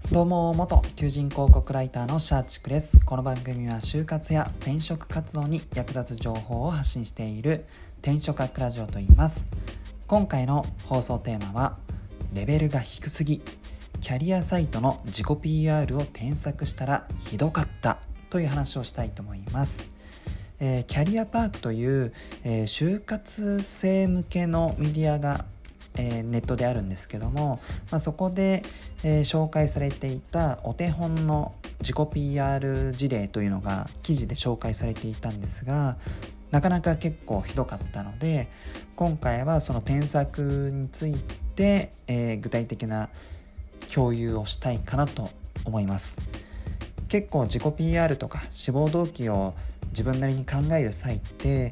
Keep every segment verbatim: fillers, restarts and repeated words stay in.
どうも、元求人広告ライターのシャーチクです。この番組は就活や転職活動に役立つ情報を発信している転職学ラジオと言います。今回の放送テーマは、レベルが低すぎ、キャリアサイトの自己 ピーアール を添削したらひどかったという話をしたいと思います。えー、キャリアパークという、えー、就活生向けのメディアがえー、ネットであるんですけども、まあ、そこで、えー、紹介されていたお手本の自己 ピーアール 事例というのが記事で紹介されていたんですが、なかなか結構ひどかったので、今回はその添削について、えー、具体的な共有をしたいかなと思います。結構自己 ピーアール とか志望動機を自分なりに考える際って、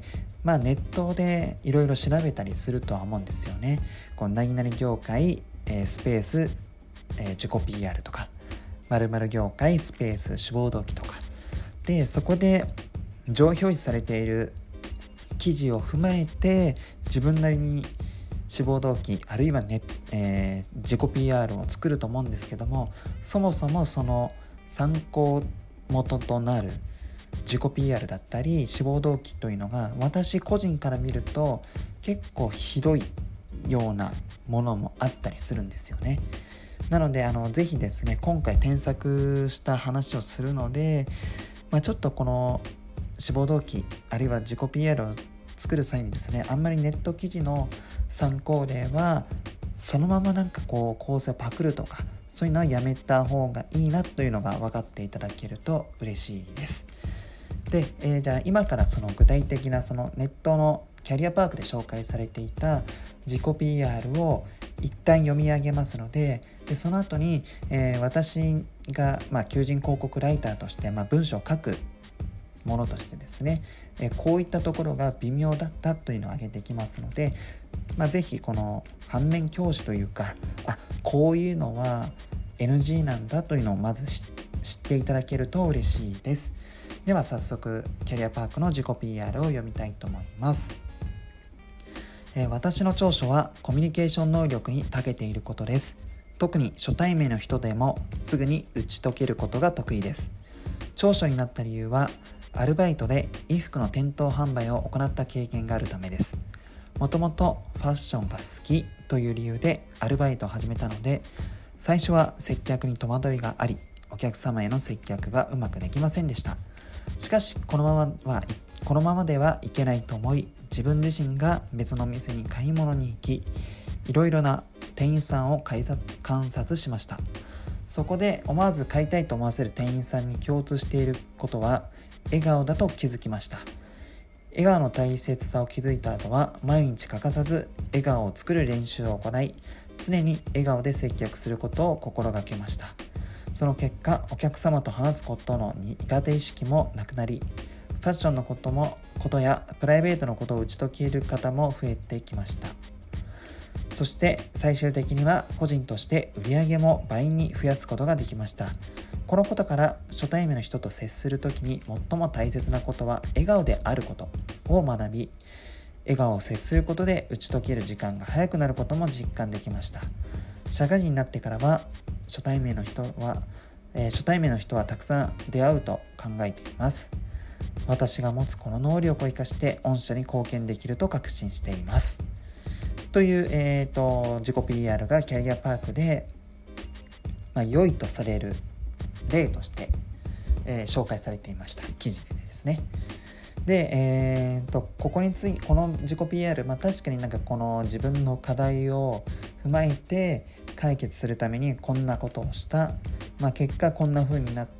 まあ、ネットでいろいろ調べたりするとは思うんですよね。こう何々業界、えー、スペース、えー、自己 ピーアール とか〇〇業界スペース志望動機とかで、そこで上表示されている記事を踏まえて自分なりに志望動機あるいは、ねえー、自己 ピーアール を作ると思うんですけども、そもそもその参考元となる自己 ピーアール だったり志望動機というのが、私個人から見ると結構ひどいようなものもあったりするんですよね。なのであのぜひですね、今回添削した話をするので、まあ、ちょっとこの志望動機あるいは自己 ピーアール を作る際にですね、あんまりネット記事の参考例はそのままなんかこう構成をパクるとか、そういうのはやめた方がいいなというのが分かっていただけると嬉しいです。で、えー、じゃあ今からその具体的なそのネットのキャリアパークで紹介されていた自己 ピーアール を一旦読み上げますので、でその後に、えー、私が、まあ、求人広告ライターとして、まあ、文章を書くものとしてですね、えー、こういったところが微妙だったというのを挙げていきますので、まあ、ぜひこの反面教師というか、あ、こういうのは エヌジー なんだというのをまず知っていただけると嬉しいです。では早速キャリアパークの自己 ピーアール を読みたいと思います。えー、私の長所はコミュニケーション能力に長けていることです。特に初対面の人でもすぐに打ち解けることが得意です。長所になった理由は、アルバイトで衣服の店頭販売を行った経験があるためです。もともとファッションが好きという理由でアルバイトを始めたので、最初は接客に戸惑いがあり、お客様への接客がうまくできませんでした。しかしこのままはこのままではいけないと思い、自分自身が別の店に買い物に行き、いろいろな店員さんを観察しました。そこで思わず買いたいと思わせる店員さんに共通していることは笑顔だと気づきました。笑顔の大切さを気づいた後は、毎日欠かさず笑顔を作る練習を行い、常に笑顔で接客することを心がけました。その結果、お客様と話すことの苦手意識もなくなり、ファッションのこともことやプライベートのことを打ち解ける方も増えてきました。そして最終的には個人として売り上げも倍に増やすことができました。このことから初対面の人と接するときに最も大切なことは笑顔であることを学び、笑顔を接することで打ち解ける時間が早くなることも実感できました。社会人になってからは初対面の人は、えー、初対面の人はたくさん出会うと考えています。私が持つこの能力を生かして御社に貢献できると確信していますという、えー、と自己 ピーアール がキャリアパークで、まあ、良いとされる例として、えー、紹介されていました記事でですね。で、えー、とここについこの自己 ピーアール、まあ、確かになんかこの自分の課題を踏まえて解決するためにこんなことをした、まあ、結果こんな風になって、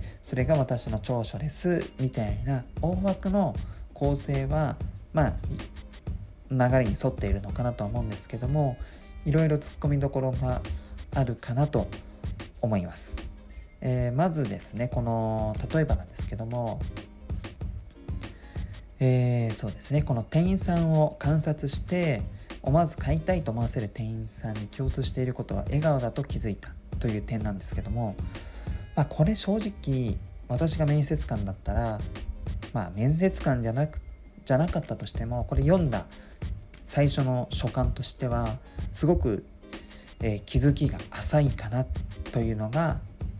それが私の長所ですみたいな大枠の構成はまあ流れに沿っているのかなとは思うんですけども、いろいろ突っ込みどころがあるかなと思います。えー、まずですね、この例えばなんですけども、えー、そうですね、この店員さんを観察して思わず買いたいと思わせる店員さんに共通していることは笑顔だと気づいたという点なんですけども、まあ、これ正直私が面接官だったら、まあ、面接官じゃなくじゃなかったとしても、これ読んだ最初の所感としてはすごく、えー、気づきが浅いかなというのが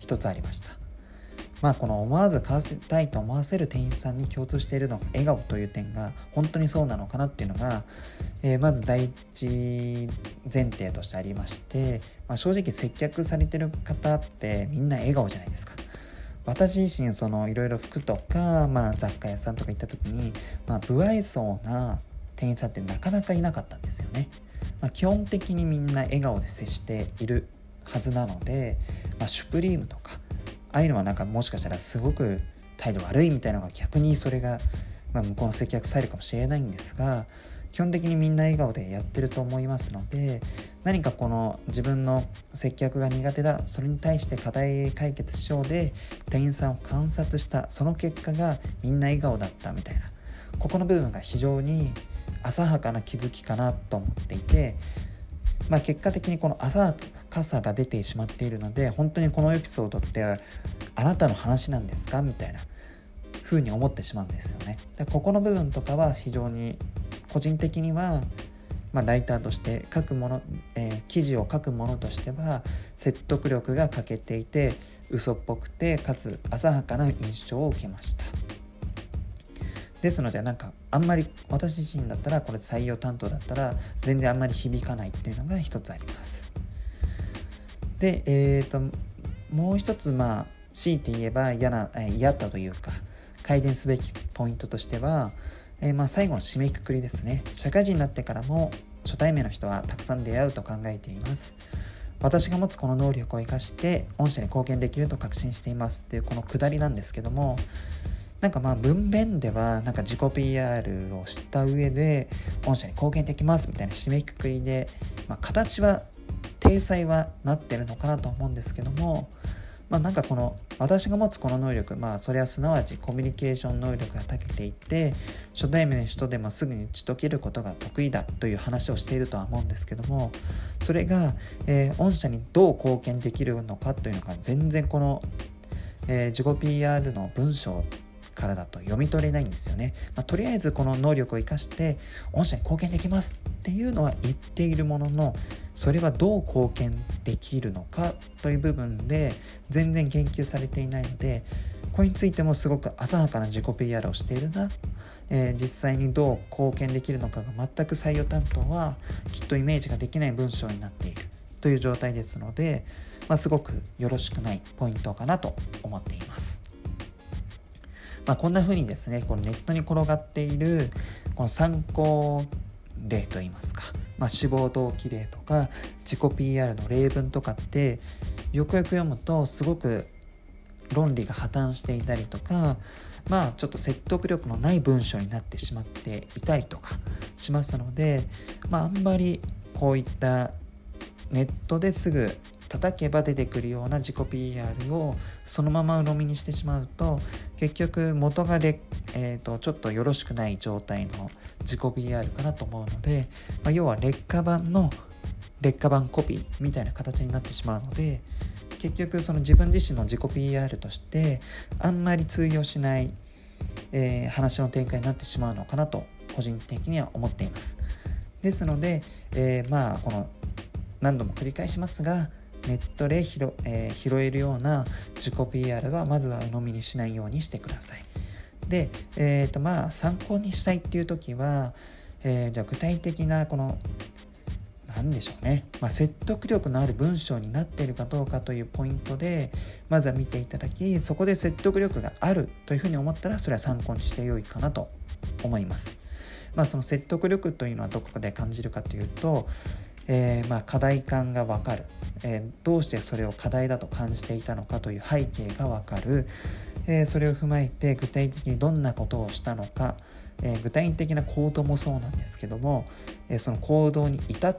一つありました。まあこの思わず買わせたいと思わせる店員さんに共通しているのが笑顔という点が本当にそうなのかなっていうのが、えー、まず第一前提としてありまして、まあ、正直接客されてる方ってみんな笑顔じゃないですか。私自身そのいろいろ服とか、まあ、雑貨屋さんとか行った時に、まあ、不愛想な店員さんってなかなかいなかったんですよね。まあ、基本的にみんな笑顔で接しているはずなので、まあ、シュプリームとかああいうのはなんかもしかしたらすごく態度悪いみたいなのが逆にそれが、まあ、向こうの接客スタイルかもしれないんですが、基本的にみんな笑顔でやってると思いますので、何かこの自分の接客が苦手だ、それに対して課題解決しようで店員さんを観察したその結果がみんな笑顔だったみたいな、ここの部分が非常に浅はかな気づきかなと思っていて、まあ、結果的にこの浅はかさが出てしまっているので、本当にこのエピソードってあなたの話なんですかみたいな風に思ってしまうんですよね。でここの部分とかは非常に個人的には、まあ、ライターとして書くもの、えー、記事を書くものとしては説得力が欠けていて嘘っぽくてかつ浅はかな印象を受けました。ですのでなんかあんまり私自身だったら、これ採用担当だったら全然あんまり響かないっていうのが一つあります。で、えーともう一つ、まあ強いて言えば嫌な、えー、嫌だというか改善すべきポイントとしては、えー、まあ最後の締めくくりですね。社会人になってからも初対面の人はたくさん出会うと考えています。私が持つこの能力を生かして御社に貢献できると確信していますっていうこのくだりなんですけども、なんかまあ文面ではなんか自己 ピーアール をした上で御社に貢献できますみたいな締めくくりで、まあ、形は体裁はなってるのかなと思うんですけども、まあ、なんかこの私が持つこの能力、まあそれはすなわちコミュニケーション能力が長けていて初対面の人でもすぐに打ち解けることが得意だという話をしているとは思うんですけども、それが、えー、御社にどう貢献できるのかというのが全然この、えー、自己 ピーアール の文章からだと読み取れないんですよね。まあ、とりあえずこの能力を生かして御社に貢献できますっていうのは言っているものの、それはどう貢献できるのかという部分で全然言及されていないので、これについてもすごく浅はかな自己 ピーアール をしているな、えー、実際にどう貢献できるのかが全く採用担当はきっとイメージができない文章になっているという状態ですので、まあ、すごくよろしくないポイントかなと思っています。まあ、こんな風にですね、このネットに転がっているこの参考例といいますか、まあ、志望動機例とか自己 ピーアール の例文とかってよくよく読むとすごく論理が破綻していたりとか、まあちょっと説得力のない文章になってしまっていたりとかしますので、まああんまりこういったネットですぐ叩けば出てくるような自己 ピーアール をそのまま鵜呑みにしてしまうと、結局元がで、えーと、ちょっとよろしくない状態の自己 ピーアール かなと思うので、まあ、要は劣化版の劣化版コピーみたいな形になってしまうので、結局その自分自身の自己 ピーアール としてあんまり通用しない、えー、話の展開になってしまうのかなと個人的には思っています。ですので、えー、まあこの何度も繰り返しますが、ネットで拾、えー、拾えるような自己 ピーアール はまずは鵜呑みにしないようにしてください。で、えーとまあ参考にしたいっていう時は、えー、じゃあ具体的なこの何でしょうね、まあ、説得力のある文章になっているかどうかというポイントでまずは見ていただき、そこで説得力があるというふうに思ったらそれは参考にしてよいかなと思います。まあ、その説得力というのはどこで感じるかというと、えー、まあ課題感が分かる、えー、どうしてそれを課題だと感じていたのかという背景が分かる、えー、それを踏まえて具体的にどんなことをしたのか、えー、具体的な行動もそうなんですけども、えー、その行動に至った、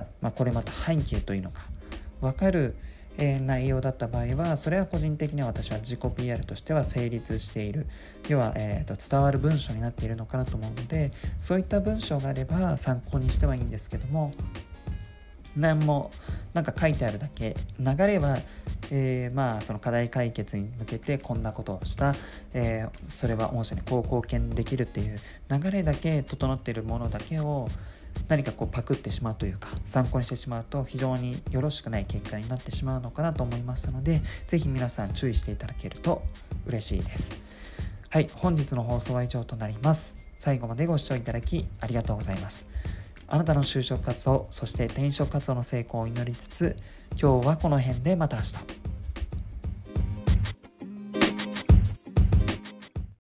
まあ、これまた背景というのが分かる、えー、内容だった場合は、それは個人的には私は自己 ピーアール としては成立している、要は、えーと、伝わる文章になっているのかなと思うので、そういった文章があれば参考にしてはいいんですけども、何もなんか書いてあるだけ、流れは、えー、まあその課題解決に向けてこんなことをした、えー、それは御社にこう貢献できるっていう流れだけ整っているものだけを何かこうパクってしまうというか参考にしてしまうと非常によろしくない結果になってしまうのかなと思いますので、ぜひ皆さん注意していただけると嬉しいです。はい、本日の放送は以上となります。最後までご視聴いただきありがとうございます。あなたの就職活動、そして転職活動の成功を祈りつつ、今日はこの辺でまた明日。